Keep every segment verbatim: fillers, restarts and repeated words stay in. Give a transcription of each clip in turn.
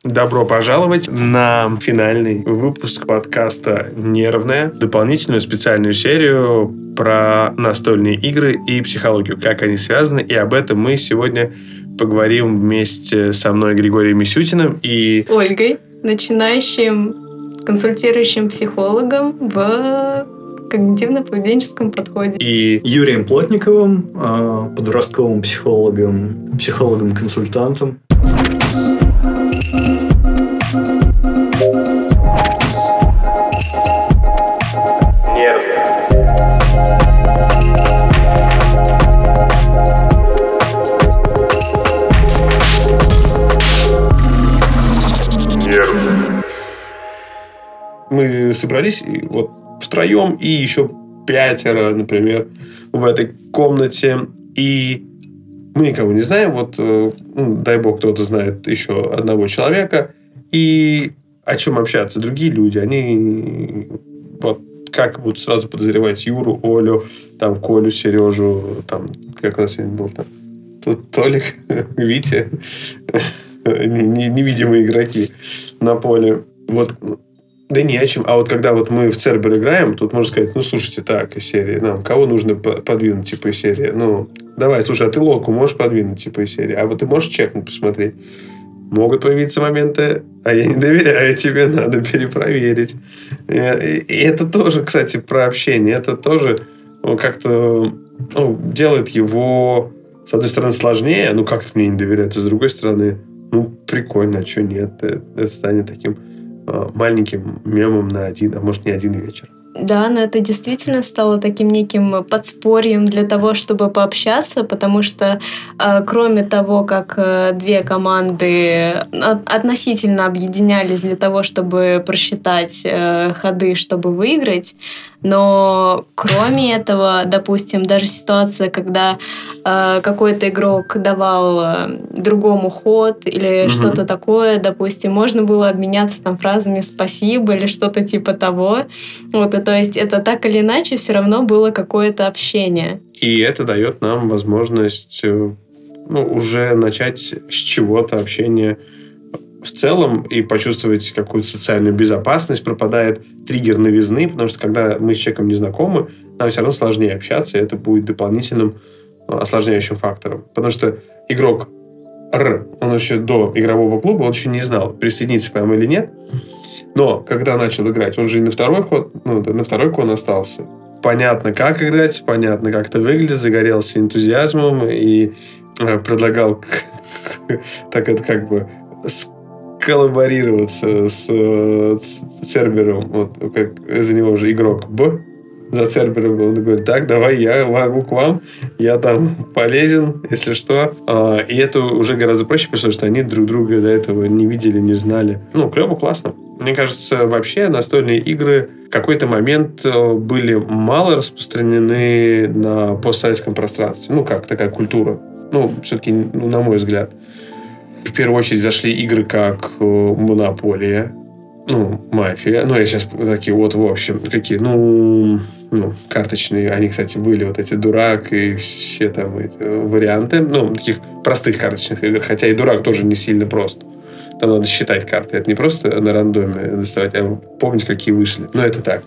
Добро пожаловать на финальный выпуск подкаста «Нервная», дополнительную специальную серию про настольные игры и психологию, как они связаны. И об этом мы сегодня поговорим вместе со мной, Григорием Мисютиным и Ольгой, начинающим консультирующим психологом в когнитивно-поведенческом подходе. И Юрием Плотниковым, подростковым психологом, психологом-консультантом. Мы собрались вот втроем и еще пятеро, например, в этой комнате. И мы никого не знаем. Вот, ну, дай бог, кто-то знает еще одного человека. И о чем общаться? Другие люди, они вот как будут сразу подозревать Юру, Олю, там, Колю, Сережу, там, как у нас сегодня был там, тут Толик, Витя, невидимые игроки на поле. Вот. Да не о чем. А вот когда вот мы в Цербер играем, тут можно сказать, ну, слушайте, так, из серии, нам кого нужно подвинуть, типа, из серии? Ну, давай, слушай, а ты локу можешь подвинуть, типа, из серии? А вот ты можешь чекнуть, посмотреть? Могут появиться моменты, а я не доверяю тебе, надо перепроверить. И это тоже, кстати, про общение. Это тоже как-то ну, делает его, с одной стороны, сложнее, ну, как-то мне не доверяют, а с другой стороны, ну, прикольно, а что нет? Это станет таким маленьким мемом на один, а может, не один вечер. Да, но это действительно стало таким неким подспорьем для того, чтобы пообщаться, потому что э, кроме того, как э, две команды относительно объединялись для того, чтобы просчитать э, ходы, чтобы выиграть, но кроме этого, допустим, даже ситуация, когда э, какой-то игрок давал э, другому ход или mm-hmm. что-то такое, допустим, можно было обменяться там фразами «спасибо» или что-то типа того. Вот, и то есть это так или иначе все равно было какое-то общение. И это дает нам возможность ну, уже начать с чего-то общение в целом и почувствовать какую-то социальную безопасность. Пропадает триггер новизны, потому что когда мы с человеком не знакомы, нам все равно сложнее общаться, и это будет дополнительным осложняющим фактором. Потому что игрок Р, он еще до игрового клуба, он еще не знал, присоединиться к нам или нет. Но когда начал играть, он же и на второй ход, ну, на второй кон остался. Понятно, как играть, понятно, как это выглядит, загорелся энтузиазмом и предлагал так это как бы коллаборироваться с, с Цербером, вот, как за него уже игрок Б за Цербером, он говорит, так, давай я могу к вам, я там полезен, если что. И это уже гораздо проще, потому что они друг друга до этого не видели, не знали. Ну, клево, классно. Мне кажется, вообще настольные игры в какой-то момент были мало распространены на постсоветском пространстве. Ну, как такая культура. Ну, все-таки, ну, на мой взгляд. В первую очередь зашли игры как «Монополия», ну, «Мафия». Ну, я сейчас такие вот, в общем, какие, ну, ну, карточные. Они, кстати, были вот эти «Дурак» и все там эти варианты. Ну, таких простых карточных игр. Хотя и «Дурак» тоже не сильно прост. Там надо считать карты. Это не просто на рандоме доставать, а помнить, какие вышли. Ну, это так.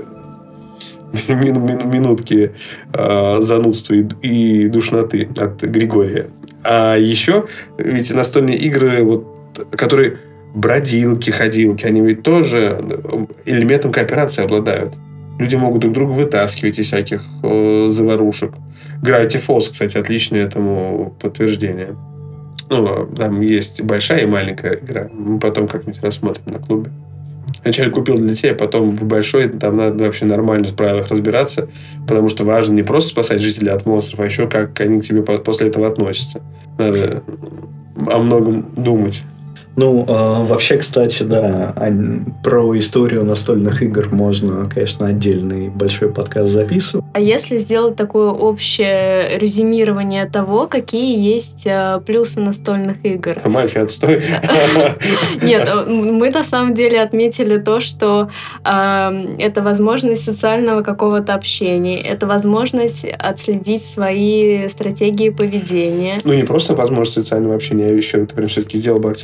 Минутки занудства и душноты от Григория. А еще ведь настольные игры, вот, которые бродилки, ходилки, они ведь тоже элементом кооперации обладают. Люди могут друг друга вытаскивать из всяких э, заварушек. Gravity Falls, кстати, отличное этому подтверждение. Ну, там есть большая и маленькая игра. Мы потом как-нибудь рассмотрим на клубе. Вначале купил для детей, а потом в большой там надо вообще нормально в правилах разбираться, потому что важно не просто спасать жителей от монстров, а еще как они к тебе после этого относятся. Надо о многом думать. Ну, э, вообще, кстати, да, про историю настольных игр можно, конечно, отдельный большой подкаст записывать. А если сделать такое общее резюмирование того, какие есть э, плюсы настольных игр? Мафия, отстой. Нет, мы на самом деле отметили то, что э, это возможность социального какого-то общения, это возможность отследить свои стратегии поведения. Ну, не просто возможность социального общения, я еще прям все-таки сделал бы акцент на том,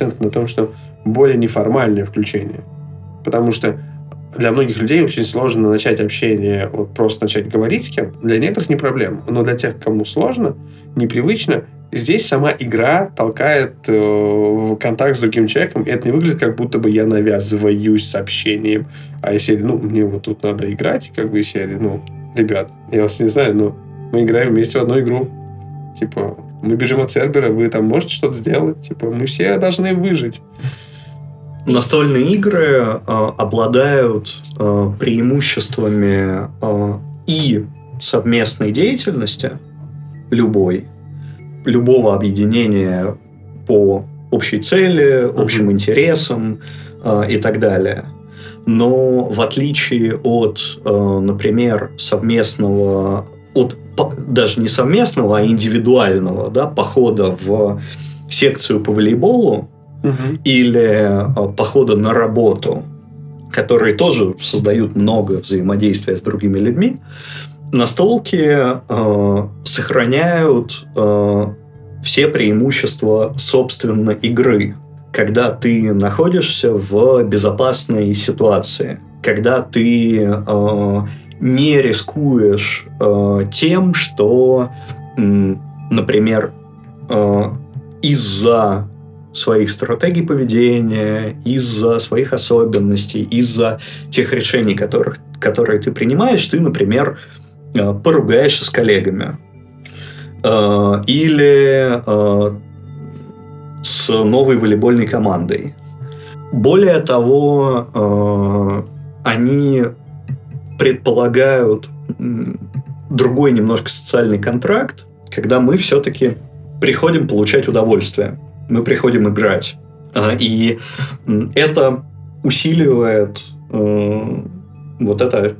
том, что более неформальное включение. Потому что для многих людей очень сложно начать общение, вот просто начать говорить с кем. Для некоторых не проблема. Но для тех, кому сложно, непривычно, здесь сама игра толкает э, в контакт с другим человеком, и это не выглядит, как будто бы я навязываюсь сообщением. А из серии, ну, мне вот тут надо играть, как бы из серии, ну, ребят, я вас не знаю, но мы играем вместе в одну игру. Типа, мы бежим от сервера, вы там можете что-то сделать? Типа, мы все должны выжить. Настольные игры э, обладают э, преимуществами э, и совместной деятельности любой, любого объединения по общей цели, общим mm-hmm. интересам э, и так далее. Но в отличие от, э, например, совместного, от даже не совместного, а индивидуального, да, похода в секцию по волейболу, Uh-huh. или э, похода на работу, которые тоже создают много взаимодействия с другими людьми, настолки э, сохраняют э, все преимущества, собственно, игры. Когда ты находишься в безопасной ситуации, когда ты э, не рискуешь э, тем, что, э, например, э, из-за своих стратегий поведения, из-за своих особенностей, из-за тех решений, которых, которые ты принимаешь, ты, например, поругаешься с коллегами. Или с новой волейбольной командой. Более того, они предполагают другой немножко социальный контракт, когда мы все-таки приходим получать удовольствие. Мы приходим играть. И это усиливает э, вот это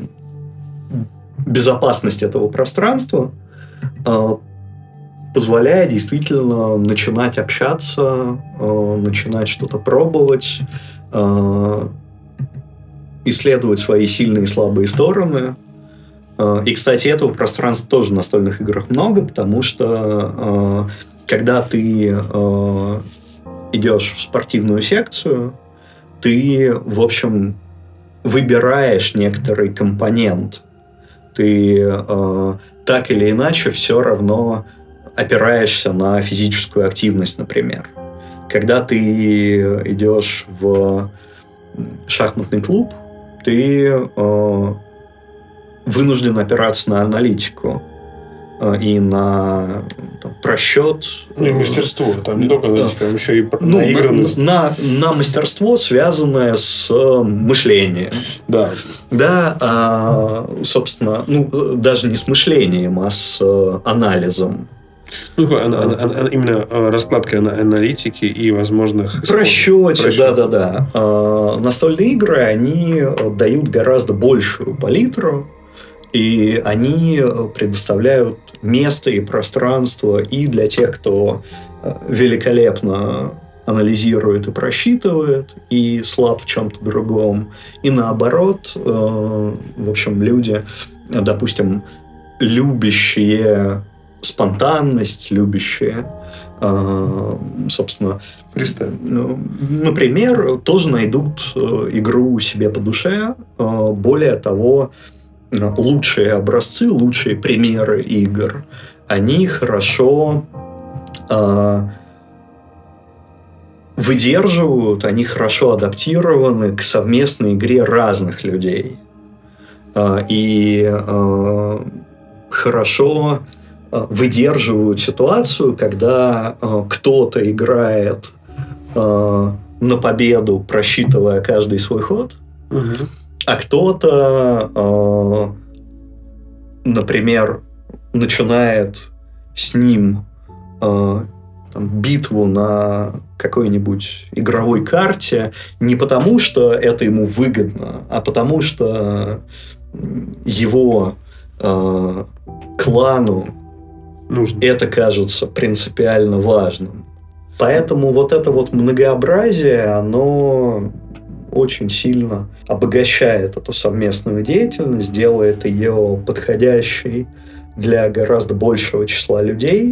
безопасность этого пространства, э, позволяя действительно начинать общаться, э, начинать что-то пробовать, э, исследовать свои сильные и слабые стороны. Э, и, кстати, этого пространства тоже в настольных играх много, потому что э, когда ты э, идешь в спортивную секцию, ты, в общем, выбираешь некоторый компонент. Ты э, так или иначе все равно опираешься на физическую активность, например. Когда ты идешь в шахматный клуб, ты э, вынужден опираться на аналитику и на там, просчет. Ну, и мастерство. Там не только аналитика, там еще и ну, наигранность. На, на мастерство, связанное с мышлением. Да. Да, а, собственно, ну, даже не с мышлением, а с анализом. Ну, именно раскладка аналитики и возможных... Просчете, да-да-да. А, настольные игры, они дают гораздо большую палитру, и они предоставляют место и пространство и для тех, кто великолепно анализирует и просчитывает, и слаб в чем-то другом. И наоборот, в общем, люди, допустим, любящие спонтанность, любящие, собственно, например, тоже найдут игру себе по душе. Более того, лучшие образцы, лучшие примеры игр, они хорошо э, выдерживают, они хорошо адаптированы к совместной игре разных людей. Э, и э, хорошо э, выдерживают ситуацию, когда э, кто-то играет э, на победу, просчитывая каждый свой ход, угу. А кто-то, э, например, начинает с ним э, там, битву на какой-нибудь игровой карте не потому, что это ему выгодно, а потому, что его э, клану нужно. Это кажется принципиально важным. Поэтому вот это вот многообразие, оно очень сильно обогащает эту совместную деятельность, делает ее подходящей для гораздо большего числа людей.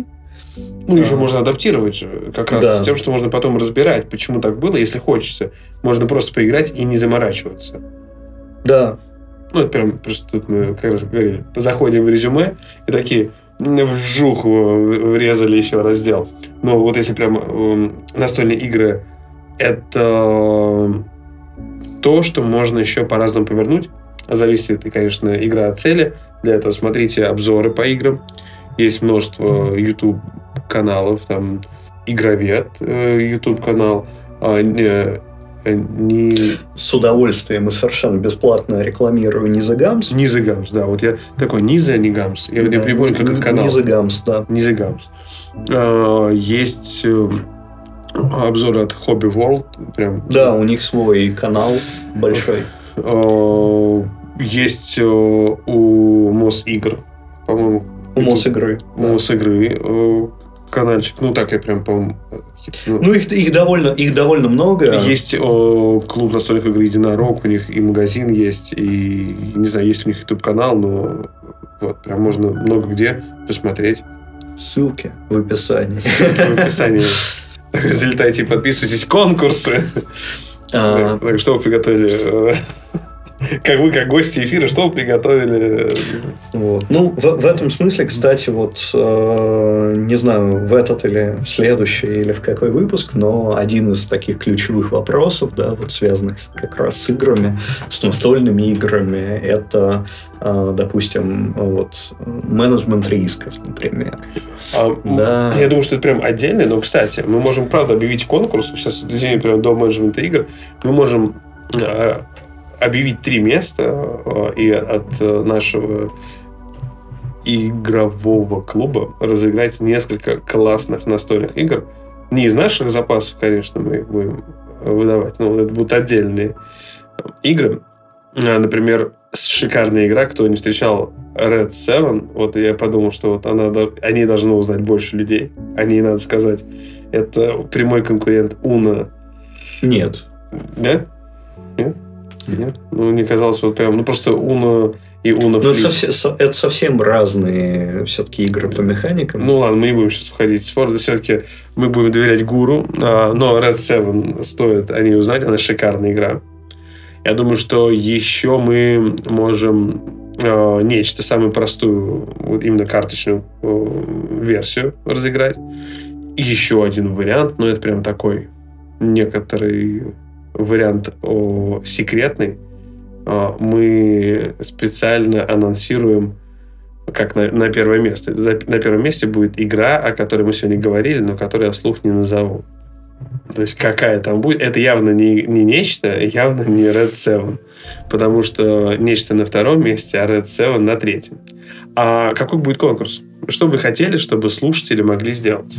Ну, еще можно адаптировать же, как раз Да. с тем, что можно потом разбирать, почему так было, если хочется. Можно просто поиграть и не заморачиваться. Да. Ну, это прям, просто тут мы как раз говорили, заходим в резюме и такие, вжух, врезали еще раздел. Но вот если прям э, настольные игры, это то, что можно еще по-разному повернуть. Зависит, конечно, игра от цели. Для этого смотрите обзоры по играм. Есть множество YouTube-каналов, там Игровед, YouTube-канал, а, не, не... С удовольствием и совершенно бесплатно рекламирую Низа Гамс. Низа Гамс, да. Вот я такой Низа, не Гамс. Я Да, не помню, как этот канал. Низа Гамс, да. Низа Гамс. А, есть обзоры от Hobby World. Прям. Да, у них свой канал большой. А, есть у Мосигр, по-моему. У Мосигры. У Мосигры каналчик. Ну, так я прям, по-моему... Ну, ну их, их, довольно, их довольно много. Есть о, клуб настольных игр «Единорог», у них и магазин есть, и, не знаю, есть у них YouTube-канал, но вот, прям можно много где посмотреть. Ссылки в описании. Ссылки в описании. Так, залетайте и подписывайтесь. Конкурсы! А... Так, что вы приготовили? Как вы, как гости эфира, что вы приготовили? Вот. Ну, в, в этом смысле, кстати, вот э, не знаю, в этот или в следующий, или в какой выпуск, но один из таких ключевых вопросов, да, вот связанных с, как раз с играми, с настольными играми, это, э, допустим, вот менеджмент рисков, например. А, да. Я думаю, что это прям отдельно, но, кстати, мы можем, правда, объявить конкурс. Сейчас, извини, прям до менеджмента игр. Мы можем объявить три места и от нашего игрового клуба разыграть несколько классных настольных игр. Не из наших запасов, конечно, мы их будем выдавать, но это будут отдельные игры. Например, шикарная игра, кто не встречал Red Seven, вот я подумал, что вот она, о ней должно узнать больше людей. О ней надо сказать. Это прямой конкурент Uno. Нет. Да? Нет? Нет? Ну, мне казалось, вот прям, ну, просто Uno и Uno Free. Это совсем, это совсем разные все-таки игры по механикам. Ну, ладно, мы не будем сейчас входить в спор. Все-таки мы будем доверять гуру. Но Red Seven стоит о ней узнать. Она шикарная игра. Я думаю, что еще мы можем э, нечто, самую простую, вот именно карточную э, версию разыграть. И еще один вариант, но это прям такой некоторый вариант о, секретный. Э, мы специально анонсируем как на, на первое место. За, на первом месте будет игра, о которой мы сегодня говорили, но которую я вслух не назову. То есть, какая там будет, это явно не, не нечто, явно не Red Seven. Потому что нечто на втором месте, а Red Seven на третьем. А какой будет конкурс? Что бы вы хотели, чтобы слушатели могли сделать?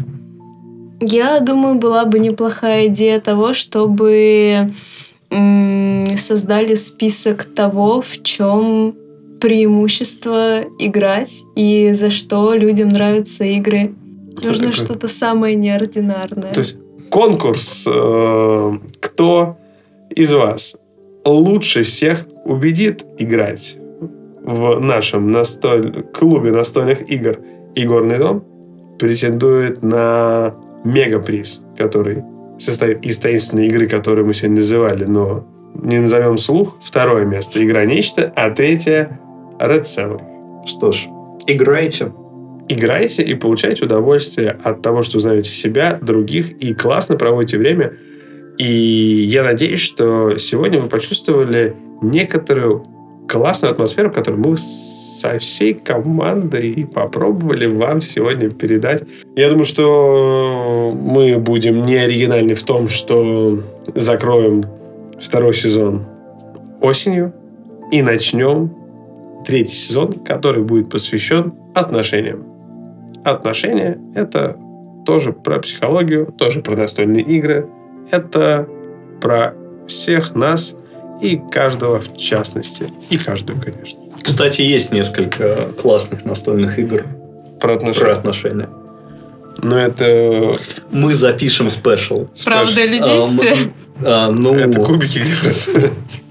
Я думаю, была бы неплохая идея того, чтобы м- создали список того, в чем преимущество играть и за что людям нравятся игры. Что Нужно такое? Что-то самое неординарное. То есть конкурс, э, кто из вас лучше всех убедит играть в нашем настоль... клубе настольных игр «Игорный дом», претендует на мегаприз, который состоит из таинственной игры, которую мы сегодня называли, но не назовем вслух. Второе место — игра «Нечто», а третье — Red Seven. Что ж, играйте. Играйте и получайте удовольствие от того, что узнаете себя, других, и классно проводите время. И я надеюсь, что сегодня вы почувствовали некоторую классную атмосферу, которую мы со всей командой попробовали вам сегодня передать. Я думаю, что мы будем не оригинальны в том, что закроем второй сезон осенью и начнем третий сезон, который будет посвящен отношениям. Отношения — это тоже про психологию, тоже про настольные игры. Это про всех нас и каждого в частности. И каждую, конечно. Кстати, есть несколько классных настольных игр про отношения. Про отношения. Но это... Мы запишем спешл. Правда или действие? А, а, ну... Это кубики, где просто...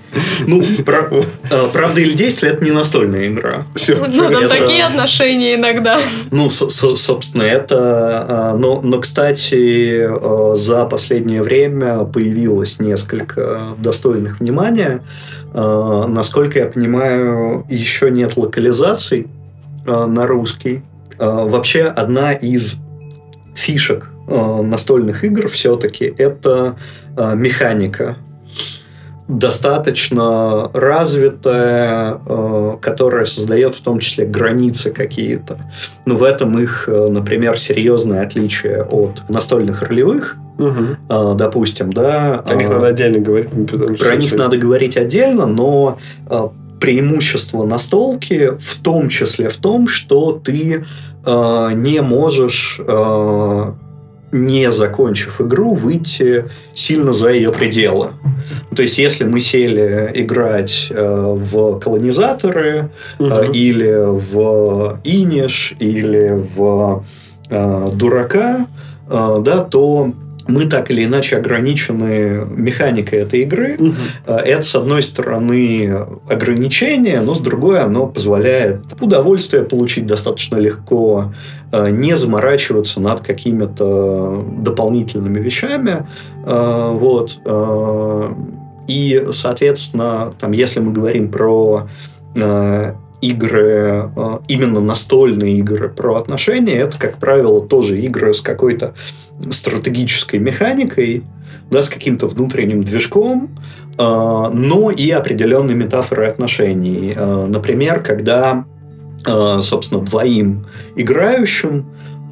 Ну, «Правда или действие» — это не настольная игра. Ну, там такие отношения иногда. Ну, собственно, это... Но, кстати, за последнее время появилось несколько достойных внимания. Насколько я понимаю, еще нет локализаций на русский. Вообще, одна из фишек настольных игр все-таки это механика. Достаточно развитая, которая создает в том числе границы какие-то. Но в этом их, например, серьезное отличие от настольных ролевых. Угу. Допустим, да. О них надо отдельно говорить. Про них надо говорить отдельно, но преимущество настолки в том числе в том, что ты не можешь... не закончив игру, выйти сильно за ее пределы. То есть, если мы сели играть э, в колонизаторы, угу. э, или в Иниш, или в э, дурака, э, да, то мы так или иначе ограничены механикой этой игры. Угу. Это, с одной стороны, ограничение, но с другой оно позволяет удовольствие получить достаточно легко, не заморачиваться над какими-то дополнительными вещами. Вот. И, соответственно, там, если мы говорим про игры, именно настольные игры про отношения, это, как правило, тоже игры с какой-то стратегической механикой, да, с каким-то внутренним движком, но и определенной метафорой отношений. Например, когда, собственно, двоим играющим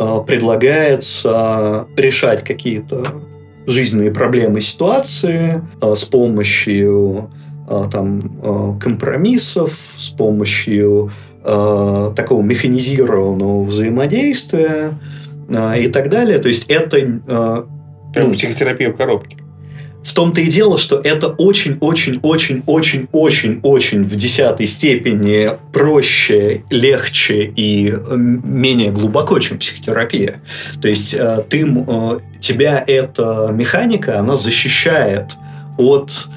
предлагается решать какие-то жизненные проблемы, ситуации с помощью там, компромиссов, с помощью э, такого механизированного взаимодействия э, и так далее. То есть это... Э, ну, психотерапия в коробке. В том-то и дело, что это очень-очень-очень-очень-очень в десятой степени проще, легче и менее глубоко, чем психотерапия. То есть э, ты, э, тебя эта механика, она защищает от...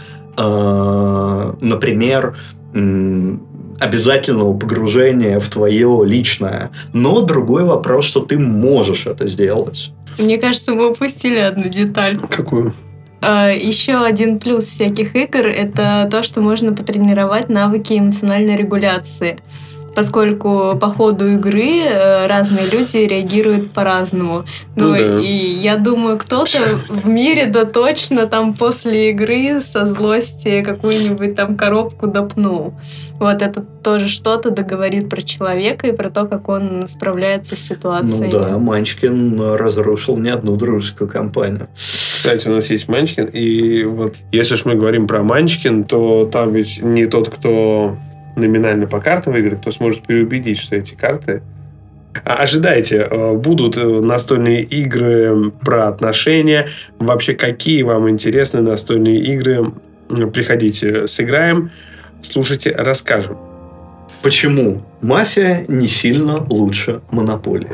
например, обязательного погружения в твое личное. Но другой вопрос, что ты можешь это сделать. Мне кажется, мы упустили одну деталь. Какую? Еще один плюс всяких игр – это то, что можно потренировать навыки эмоциональной регуляции. Поскольку по ходу игры разные люди реагируют по-разному. Ну, ну да. И я думаю, кто-то в мире да точно там после игры со злости какую-нибудь там коробку допнул. Вот это тоже что-то договорит про человека и про то, как он справляется с ситуацией. Ну да, Манчкин разрушил не одну дружескую компанию. Кстати, у нас есть Манчкин, и вот если уж мы говорим про Манчкин, то там ведь не тот, кто... номинально по картам игры, кто сможет переубедить, что эти карты... Ожидайте, будут настольные игры про отношения. Вообще, какие вам интересны настольные игры? Приходите, сыграем. Слушайте, расскажем. Почему мафия не сильно лучше монополии?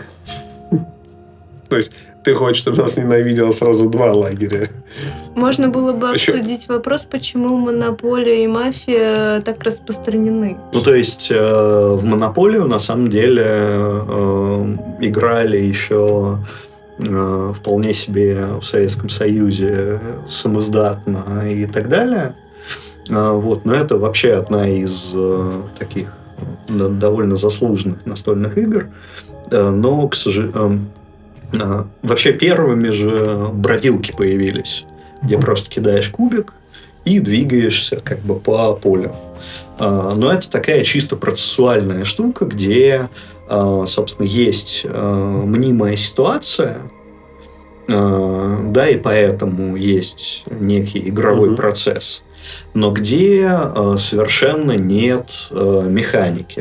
То есть, ты хочешь, чтобы нас ненавидело сразу два лагеря? Можно было бы обсудить Еще... вопрос, почему монополия и мафия так распространены. Ну, то есть, э, в монополию, на самом деле, э, играли еще э, вполне себе в Советском Союзе самоздатно и так далее. Э, вот. Но это вообще одна из э, таких э, довольно заслуженных настольных игр. Э, но, к сожалению... Э, Вообще первыми же бродилки появились, где просто кидаешь кубик и двигаешься как бы по полю. Но это такая чисто процессуальная штука, где, собственно, есть мнимая ситуация, да, и поэтому есть некий игровой mm-hmm. процесс, но где совершенно нет механики.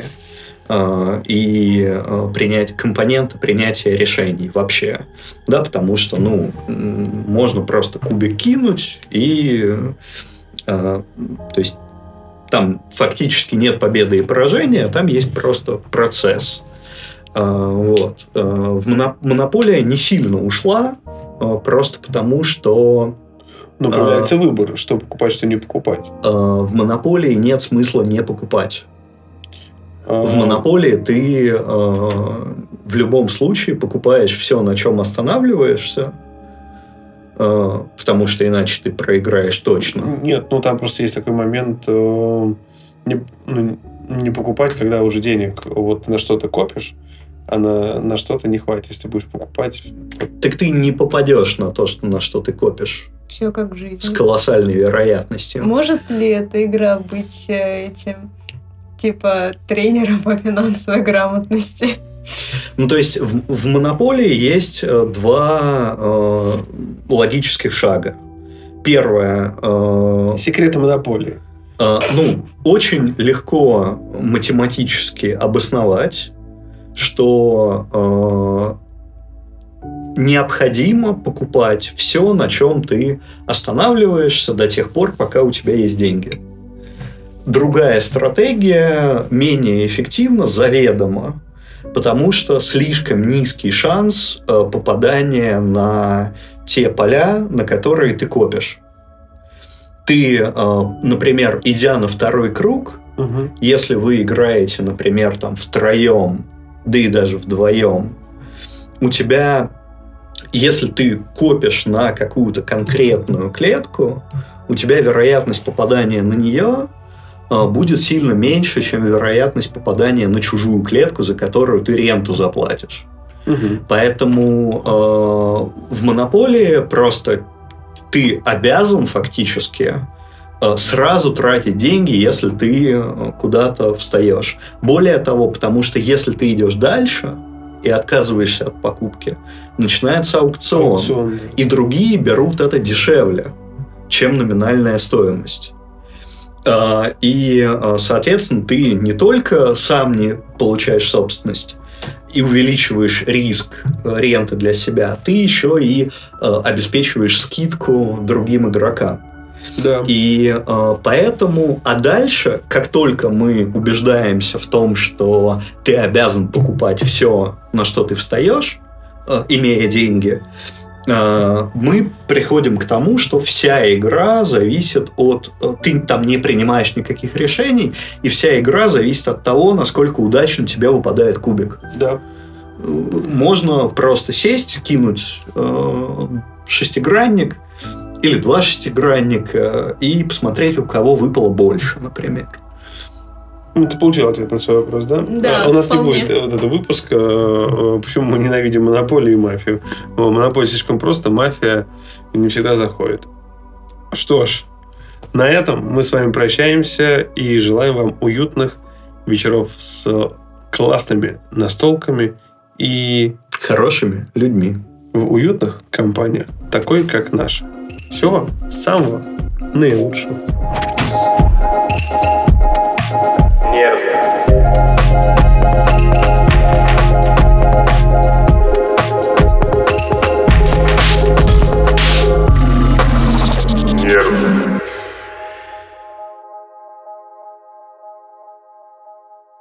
И принять компоненты принятия решений вообще, да, потому что, ну, можно просто кубик кинуть и, то есть, там фактически нет победы и поражения, там есть просто процесс. Вот. В монополия не сильно ушла, просто потому что Но появляется а, выбор, что покупать, что не покупать. А, в монополии нет смысла не покупать. А... В монополии ты а, в любом случае покупаешь все, на чем останавливаешься, а, потому что иначе ты проиграешь точно. Нет, ну там просто есть такой момент, э, не, ну, не покупать, когда уже денег вот на что-то копишь, а на, на что-то не хватит, если ты будешь покупать. Так ты не попадешь на то, что, на что ты копишь. Все как в жизни. С колоссальной вероятностью. Может ли эта игра быть этим, типа, тренером по финансовой грамотности? Ну, то есть, в, в монополии есть два э, логических шага. Первое... Э, Секреты монополии. Э, ну, очень легко математически обосновать, что э, необходимо покупать все, на чем ты останавливаешься до тех пор, пока у тебя есть деньги. Другая стратегия менее эффективна заведомо, потому что слишком низкий шанс э, попадания на те поля, на которые ты копишь. Ты, э, например, идя на второй круг, угу. если вы играете, например, там втроем, да и даже вдвоем, у тебя, если ты копишь на какую-то конкретную клетку, у тебя вероятность попадания на нее будет сильно меньше, чем вероятность попадания на чужую клетку, за которую ты ренту заплатишь. Угу. Поэтому э, в монополии просто ты обязан фактически э, сразу тратить деньги, если ты куда-то встаешь. Более того, потому что если ты идешь дальше и отказываешься от покупки, начинается аукцион. аукцион. И другие берут это дешевле, чем номинальная стоимость. И, соответственно, ты не только сам не получаешь собственность и увеличиваешь риск ренты для себя, ты еще и обеспечиваешь скидку другим игрокам. Да. И поэтому, а дальше, как только мы убеждаемся в том, что ты обязан покупать все, на что ты встаешь, имея деньги, мы приходим к тому, что вся игра зависит от... Ты там не принимаешь никаких решений, и вся игра зависит от того, насколько удачно тебе выпадает кубик. Да. Можно просто сесть, кинуть э, шестигранник или два шестигранника и посмотреть, у кого выпало больше, например. Ты получил ответ на свой вопрос, да? Да, У нас вполне. не будет вот этого выпуска, почему мы ненавидим монополию и мафию. Монополия слишком просто, мафия не всегда заходит. Что ж, на этом мы с вами прощаемся и желаем вам уютных вечеров с классными настолками и хорошими людьми в уютных компаниях, такой как наша. Всего самого наилучшего.